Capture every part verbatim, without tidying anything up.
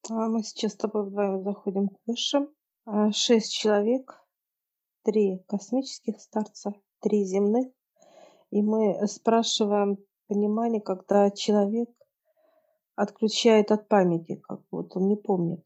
А, Мы сейчас с тобой вдвоем заходим к высшим. А, Шесть человек, три космических старца, три земных. И мы спрашиваем понимание, когда человек отключает от памяти, как вот он не помнит,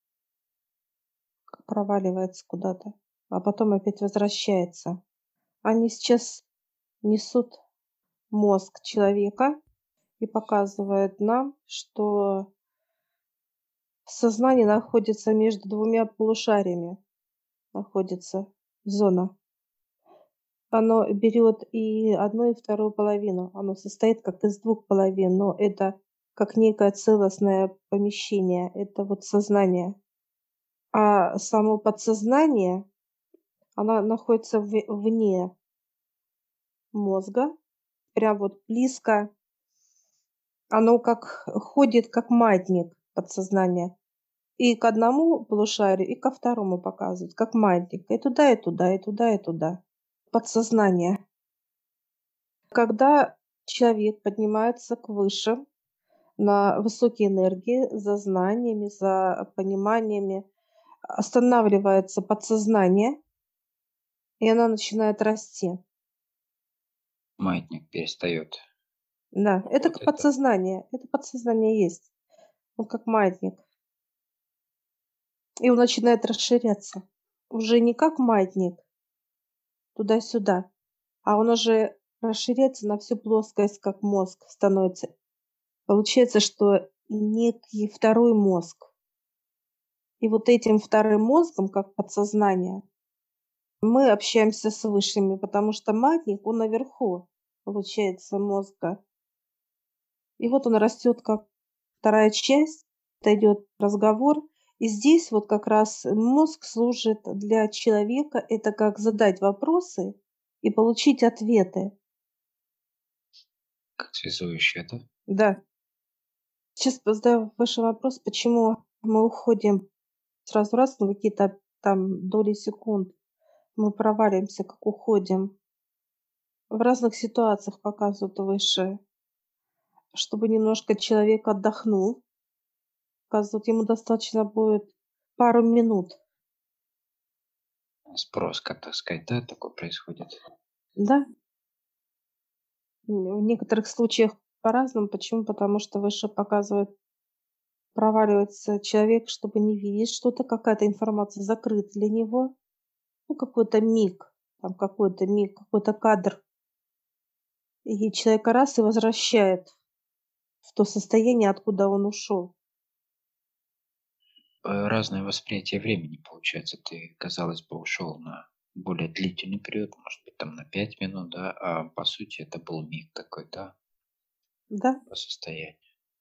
как проваливается куда-то, а потом опять возвращается. Они сейчас несут мозг человека и показывают нам, что сознание находится между двумя полушариями, находится зона. Оно берет и одну, и вторую половину. Оно состоит как из двух половин, но это как некое целостное помещение. Это вот сознание. А само подсознание, оно находится в вне мозга, прям вот близко. Оно как ходит, как маятник подсознание. И к одному полушарию, и ко второму показывает, как маятник. И туда, и туда, и туда, и туда. Подсознание. Когда человек поднимается к высшим, на высокие энергии, за знаниями, за пониманиями, останавливается подсознание, и оно начинает расти. Маятник перестает Да, это как работать, да? подсознание. Это подсознание есть. Он как маятник. И он начинает расширяться. Уже не как маятник туда-сюда, а он уже расширяется на всю плоскость, как мозг становится. Получается, что некий второй мозг. И вот этим вторым мозгом, как подсознание, мы общаемся с высшими, потому что маятник, он наверху, получается, мозга. И вот он растет как вторая часть, это идет разговор. И здесь вот как раз мозг служит для человека, это как задать вопросы и получить ответы. Как связующее, да? Да. Сейчас задаю выше вопрос, почему мы уходим сразу раз на какие-то там доли секунд. Мы проваливаемся, как уходим. В разных ситуациях показывают выше, чтобы немножко человек отдохнул. Оказывается, ему достаточно будет пару минут. Спрос, как так сказать, да, такой происходит. Да, м, в некоторых случаях по-разному. Почему? Потому что выше показывает, проваливается человек, чтобы не видеть что-то, какая-то информация закрыта для него. Ну, какой-то миг, там какой-то миг, какой-то кадр. И человека раз и возвращает в то состояние, откуда он ушел. Э, Разное восприятие времени получается. Ты, казалось бы, ушел на более длительный период, может быть, там на пять минут, да, а по сути это был миг такой, да, Да? по состоянию.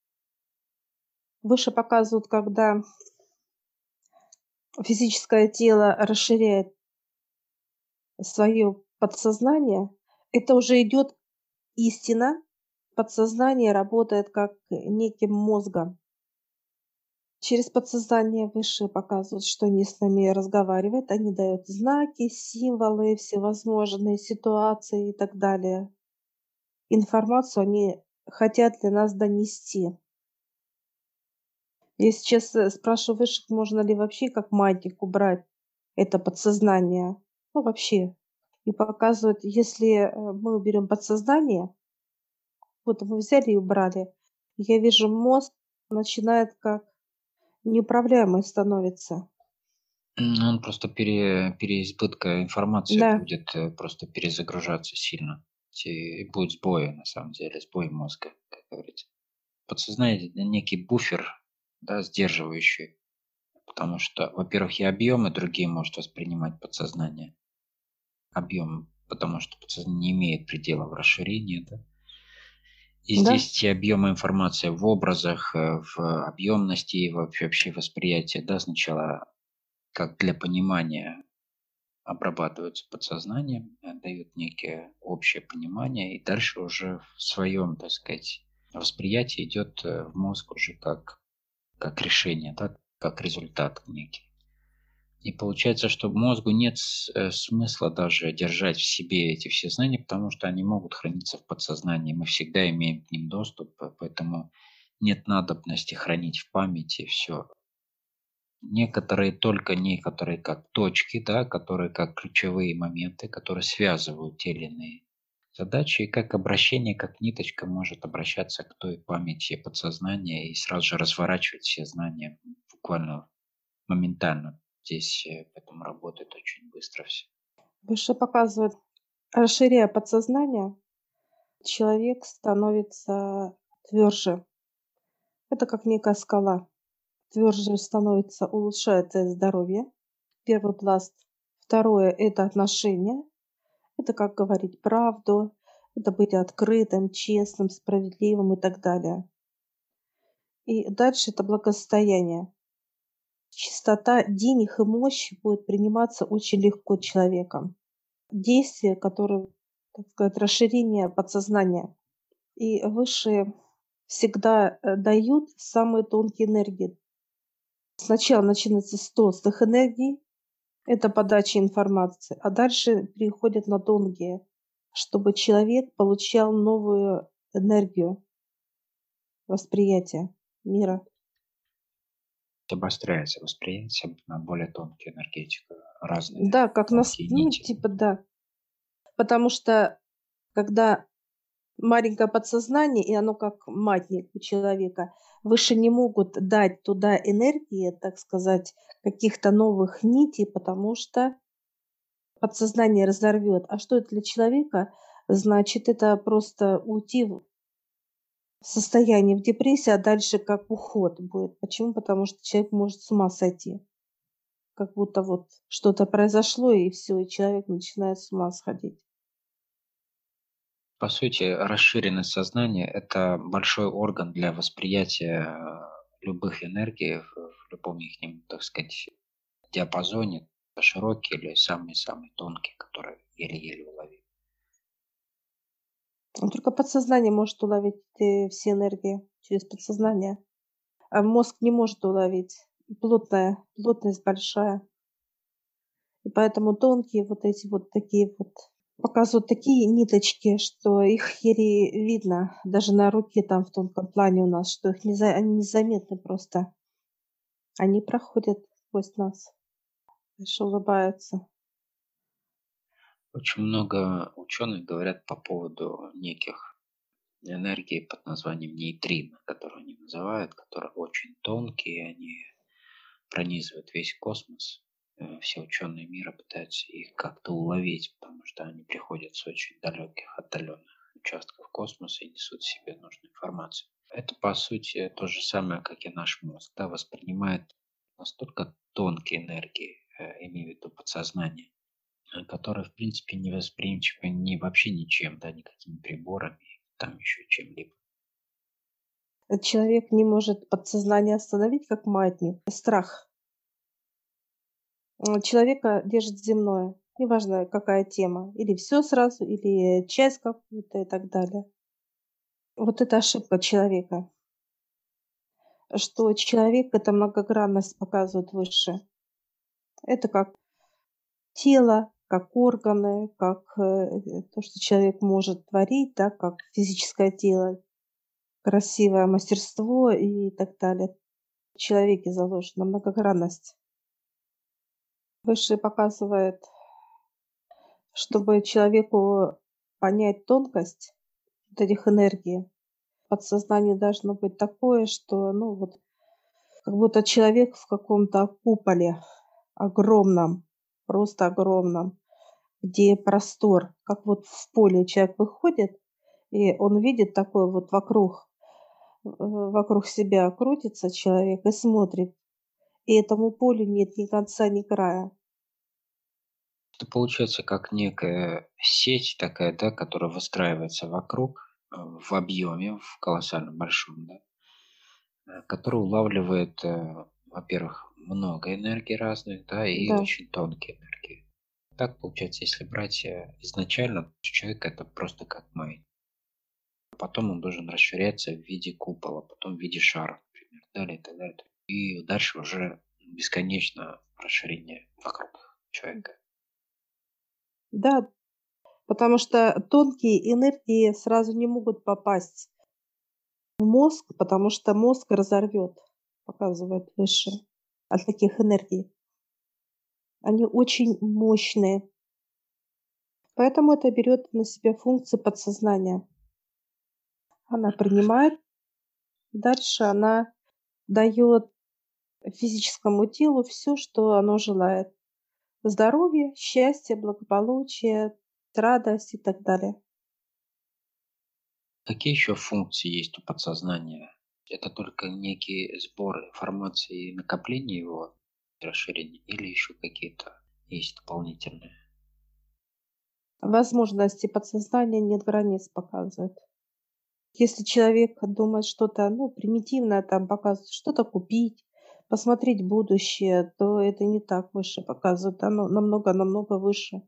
Выше показывают, когда физическое тело расширяет свое подсознание, это уже идет истина. Подсознание работает как неким мозгом. Через подсознание высшие показывают, что они с нами разговаривают, они дают знаки, символы, всевозможные ситуации и так далее. Информацию они хотят для нас донести. Я сейчас э, спрашиваю высших, можно ли вообще как маятник убрать это подсознание. Ну, вообще. И показывают, если э, мы уберем подсознание, вот мы взяли и убрали, я вижу, мозг начинает как неуправляемый становится. М, Он просто пере, переизбытка информации Да, будет э, просто перезагружаться сильно. И будет сбои, на самом деле, сбой мозга, как говорится. Подсознание– это некий буфер, да, сдерживающий. Потому что, во-первых, и объемы другие может воспринимать подсознание. Объем, потому что подсознание не имеет предела в расширении. Да? И да, здесь те объемы информации в образах, э, в объемности и вообще, вообще восприятие, да, сначала как для понимания обрабатываются подсознанием, э, дают некое общее понимание, и дальше уже в своем, так сказать, восприятии идет э, в мозг уже как, как решение, да, как результат некий. И получается, что мозгу нет с- э, смысла даже держать в себе эти все знания, потому что они могут храниться в подсознании. Мы всегда имеем к ним доступ, э, поэтому нет надобности хранить в памяти все. некоторые только некоторые как точки, да, которые как ключевые моменты, которые связывают те или иные задачи, и как обращение, как ниточка может обращаться к той памяти подсознания и сразу же разворачивать все знания буквально моментально. Здесь э, поэтому работает очень быстро все. Выше показывает, расширяя подсознание, человек становится тверже. Это как некая скала. Тверже становится, улучшается здоровье. Первый пласт. Второе– это отношения. Это как говорить правду, это быть открытым, честным, справедливым и так далее. И дальше это благосостояние. Чистота денег и мощи будет приниматься очень легко человеком. Действия, которые, так сказать, расширение подсознания. И высшие всегда э, дают самые тонкие энергии. Сначала начинается с толстых энергий, это подача информации, а дальше переходят на тонкие, чтобы человек получал новую энергию восприятия мира. Обостряется восприятие на более тонкую энергетику, разные Да, как нас, тонкие ну, нити. типа, да. Потому что когда маленькое подсознание, и оно как маятник у человека, выше не могут дать туда энергии, так сказать, каких-то новых нитей, потому что подсознание разорвет. А что это для человека? Значит, это просто уйти в состояние, в депрессии, а дальше как уход будет. Почему? Потому что человек может с ума сойти. Как будто вот что-то произошло, и все, и человек начинает с ума сходить. По сути, расширенность сознания– это большой орган для восприятия э, любых энергий в, в любом их, так сказать, диапазоне, широкие или самые-самые тонкие, которые еле-еле уловимы. Но только подсознание может уловить э, все энергии через подсознание, а мозг не может уловить. И плотная, плотность большая. И поэтому тонкие вот эти вот такие вот показывают такие ниточки, что их еле видно. Даже на руке там в тонком плане у нас, что их неза они незаметны просто. Они проходят сквозь нас, лишь улыбаются. Очень много ученых говорят по поводу неких энергий под названием нейтрино, которые они называют, которые очень тонкие, они пронизывают весь космос. Э, Все ученые мира пытаются их как-то уловить, потому что они приходят с очень далеких, отдаленных участков космоса и несут в себе нужную информацию. Это, по сути, то же самое, как и наш мозг, да, воспринимает настолько тонкие энергии, э, имею в виду подсознание, э, которые, в принципе, не восприимчивы ни вообще ничем, да, никакими приборами, там еще чем-либо. Э, человек не может подсознание остановить, как маятник. Страх. М, человека держит земное. Неважно, какая тема. Или все сразу, или часть какую-то и так далее. Вот это ошибка человека, что человек- это многогранность показывает выше. Это как тело, как органы, как, э, то, что человек может творить, да, как физическое тело, красивое мастерство и так далее. В человеке заложена многогранность. Выше показывает, чтобы человеку понять тонкость вот этих энергий, подсознание должно быть такое, что, ну, вот как будто человек в каком-то куполе огромном, просто огромном, где простор, как вот в поле человек выходит, и он видит такой вот вокруг, э, вокруг себя крутится человек и смотрит, и этому полю нет ни конца, ни края. Это получается как некая сеть такая, да, которая выстраивается вокруг, э, в объеме, в колоссальном большом, да, э, который улавливает, э, во-первых, много энергий разных, да, и Да, очень тонкие энергии. Так получается, если брать э, изначально, человек это просто как маятник. Потом он должен расширяться в виде купола, потом в виде шара, например, далее и так далее. И дальше уже бесконечно расширение вокруг человека. да, потому что тонкие энергии сразу не могут попасть в мозг, потому что мозг разорвет, показывает выше. от таких энергий. Они очень мощные. Поэтому это берет на себя функции подсознания. Она принимает, дальше она дает физическому телу все, что оно желает. Здоровье, счастье, благополучие, радость и так далее. Какие еще функции есть у подсознания? Это только некий сбор информации и накопление его, расширение, или еще какие-то есть дополнительные? Возможности подсознания нет границ, показывает. Если человек думает что-то, ну, примитивное, там показывает, что-то купить, посмотреть будущее, то это не так выше показывает, оно намного-намного выше.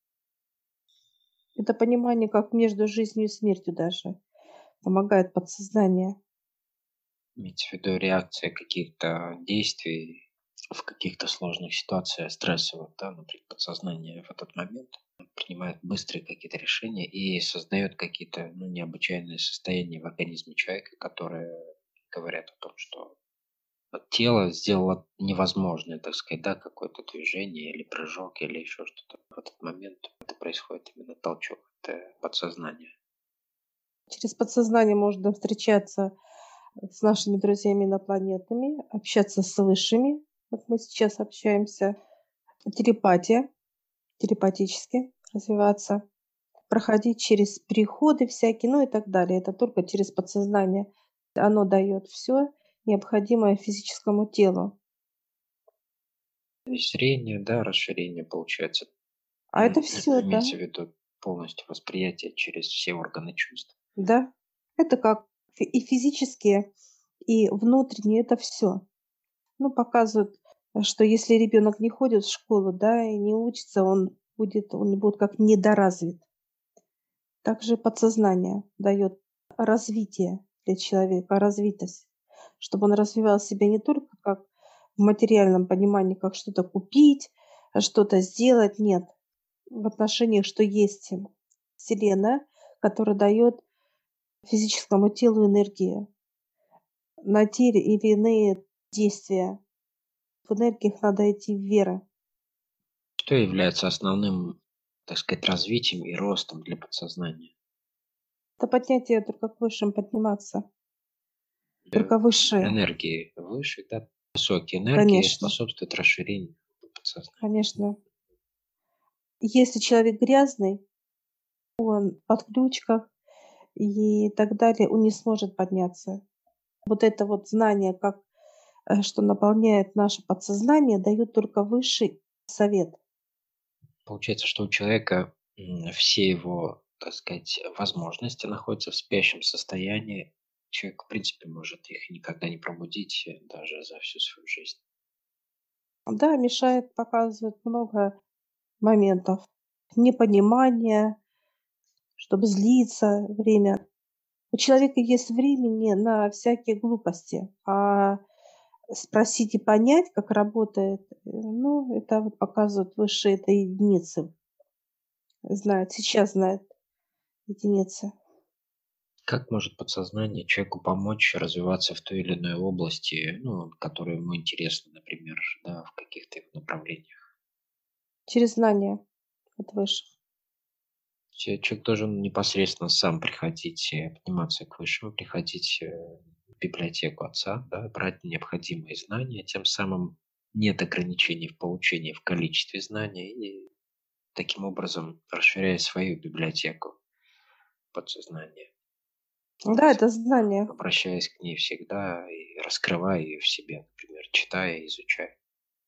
Это понимание, как между жизнью и смертью даже помогает подсознание. Имеется в виду реакция каких-то действий в каких-то сложных ситуациях стрессовых, да, например, подсознание в этот момент принимает быстрые какие-то решения и создает какие-то, ну, необычайные состояния в организме человека, которые говорят о том, что вот тело сделало невозможное, так сказать, да, какое-то движение или прыжок или еще что-то. В этот момент это происходит именно толчок, это подсознание. Через подсознание можно встречаться с нашими друзьями инопланетными, общаться с высшими, как мы сейчас общаемся, телепатия, телепатически развиваться, проходить через переходы всякие, ну и так далее. Это только через подсознание. Оно дает все необходимое физическому телу. То есть зрение, да, расширение получается. А М, это все, да, Имеется в виду полностью восприятие через все органы чувств. да. Это как фи- и физические, и внутренние, это все. Ну, показывают, э, что если ребенок не ходит в школу, да, и не учится, он будет, он будет как недоразвит. Также подсознание дает развитие для человека, развитость, чтобы он развивал себя не только как в материальном понимании, как что-то купить, а что-то сделать, нет, в отношениях, что есть Вселенная, которая дает физическому телу энергию на те или иные действия. В энергиях надо идти в веру. Что является основным, так сказать, развитием и ростом для подсознания? Это поднятие только к высшим подниматься. Э, Только высшие, Энергии выше, да, высокие энергии конечно, способствуют расширению подсознания. конечно. Если человек грязный, он в отключках и так далее, он не сможет подняться. Вот это вот знание, как, э, что наполняет наше подсознание, дает только высший совет. Получается, что у человека м, все его, так сказать, возможности находятся в спящем состоянии. Человек, в принципе, может их никогда не пробудить э, даже за всю свою жизнь. Да, мешает, показывает много моментов. Непонимание, чтобы злиться время. У человека есть времени на всякие глупости, а спросить и понять, как работает, э, ну, это вот показывают высшие это единицы. Знают, сейчас знают единицы. Как может подсознание человеку помочь развиваться в той или иной области, ну, которая ему интересна, например, да, в каких-то его направлениях? Через знания от высших. Че- Человек должен непосредственно сам приходить, э, подниматься к высшему, приходить э, в библиотеку отца, да, брать необходимые знания, тем самым нет ограничений в получении в количестве знаний и таким образом расширяя свою библиотеку подсознания, Да, это знание. обращаясь к ней всегда и раскрывая ее в себе, например, читая и изучая.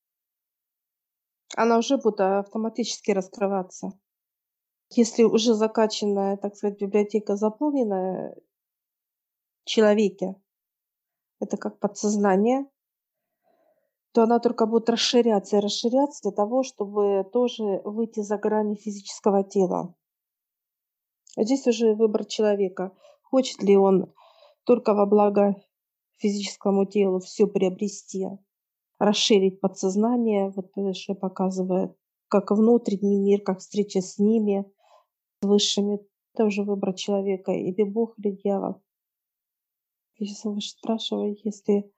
Она уже будет автоматически раскрываться. Если уже закачанная, так сказать, библиотека заполнена в человеке, это как подсознание, то она только будет расширяться и расширяться для того, чтобы тоже выйти за грани физического тела. А здесь уже выбор человека. Хочет ли он только во благо физическому телу все приобрести, расширить подсознание, вот выше показывает, как внутренний мир, как встреча с ними, с высшими. Это уже выбор человека, или Бог, или дьявол. Я сейчас выше спрашиваю, если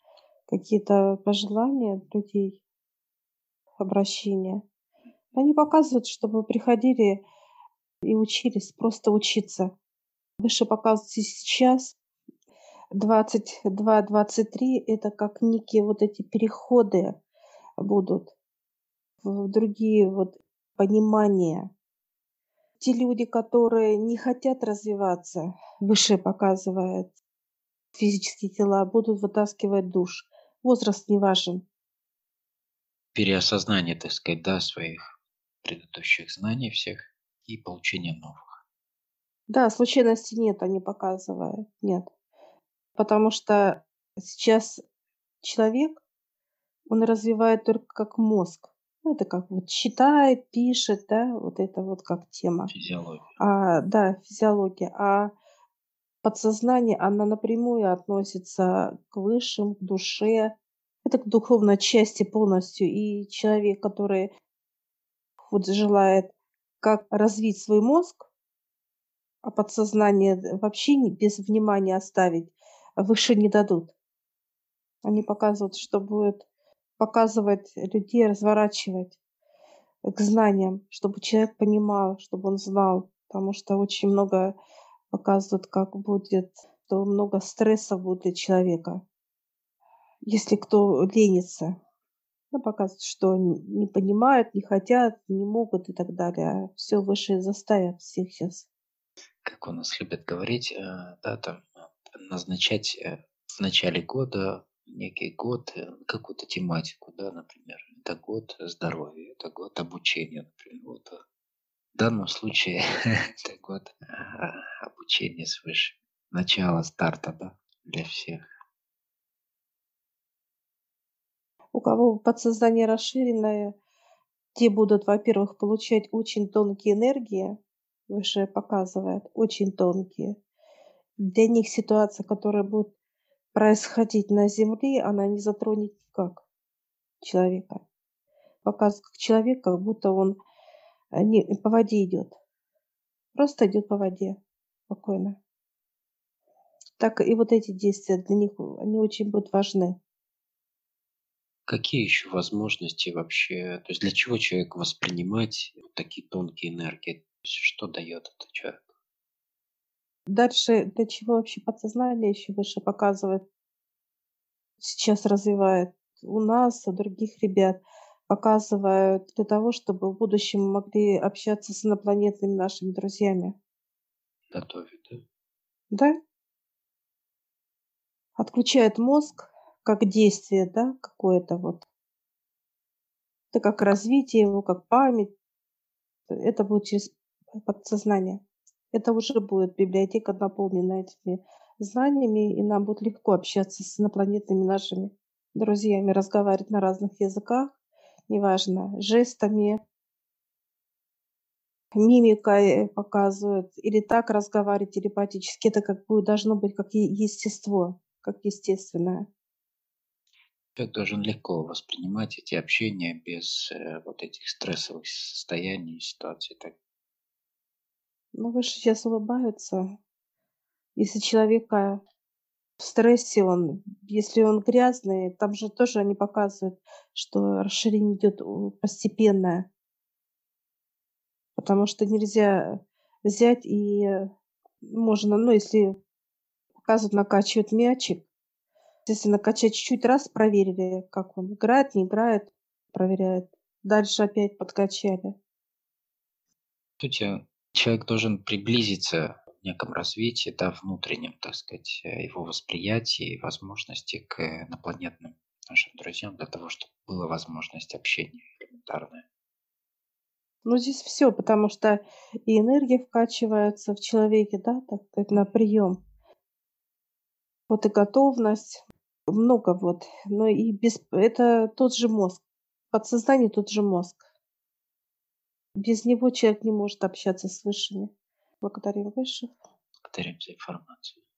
какие-то пожелания людей, обращения. Они показывают, чтобы приходили и учились, просто учиться. Выше показывают и сейчас двадцать два двадцать три это как некие вот эти переходы будут в другие вот понимания. Те люди, которые не хотят развиваться, выше показывает физические тела, будут вытаскивать душ. Возраст не важен. Переосознание, так сказать, да, своих предыдущих знаний всех и получение новых. Да, случайности нет, они показывают. Нет. Потому что сейчас человек, он развивает только как мозг. Ну, это как вот считает, пишет, да, вот это вот как тема. Физиология. А, да, физиология. А подсознание, оно напрямую относится к высшим, к душе. Это к духовной части полностью. И человек, который вот желает как развить свой мозг, а подсознание д вообще не без внимания оставить, выше не дадут. Они показывают, что будет показывать людей, разворачивать к знаниям, чтобы человек понимал, чтобы он знал. Потому что очень много показывают, как будет, то много стресса будет для человека, если кто ленится. Ну, показывают, что н не понимают, не хотят, не могут и так далее. Все высшие заставят всех сейчас. Как у нас любят говорить, э, да, там э, назначать э, в начале года некий год, э, какую-то тематику, да, например. Это год здоровья, это год обучения, например. Вот, э, в данном случае это год а, обучения свыше. Начало старта, да, для всех. У кого подсознание расширенное, те будут, во-первых, получать очень тонкие энергии, выше показывает, очень тонкие. Для них ситуация, которая будет происходить на Земле, она не затронет никак человека. Показывает, как человек, как будто он э, не по воде идет. Просто идет по воде спокойно. Так и вот эти действия для них, э, они очень будут важны. Какие еще возможности вообще, то есть для чего человек воспринимать вот такие тонкие энергии? То есть что дает это человеку? Дальше для чего вообще подсознание еще выше показывает, сейчас развивает у нас, у других ребят, показывают для того, чтобы в будущем мы могли общаться с инопланетными нашими друзьями. Готовит, да? Да? Отключает мозг как действие, да, какое-то вот. Это как развитие его, как память. Это будет через подсознание. Это уже будет библиотека наполнена этими знаниями, и нам будет легко общаться с инопланетными нашими друзьями, разговаривать на разных языках, неважно, жестами, мимикой показывают, или так разговаривать телепатически. Это как бы должно быть как е естество, как естественное. Человек должен легко воспринимать эти общения без э, вот этих стрессовых состояний и ситуаций. Так, Но выше сейчас улыбаются. Если человека в стрессе он, если он грязный, там же тоже они показывают, что расширение идет у постепенное, потому что нельзя взять и, э, можно, ну, если показывают, накачивают мячик, если накачать чуть-чуть, раз проверили, как он играет, не играет, проверяют. Дальше опять подкачали. по сути, человек должен приблизиться в неком развитии, да, внутреннем, так сказать, э, его восприятии и возможности к инопланетным нашим друзьям для того, чтобы была возможность общения элементарная. Ну, здесь все, потому что и энергия вкачивается в человеке, да, так сказать, на прием. Вот и готовность, много вот. Но и без это тот же мозг. Подсознание тот же мозг. Без него человек не может общаться с высшими. Благодарим высших. Благодарим за информацию.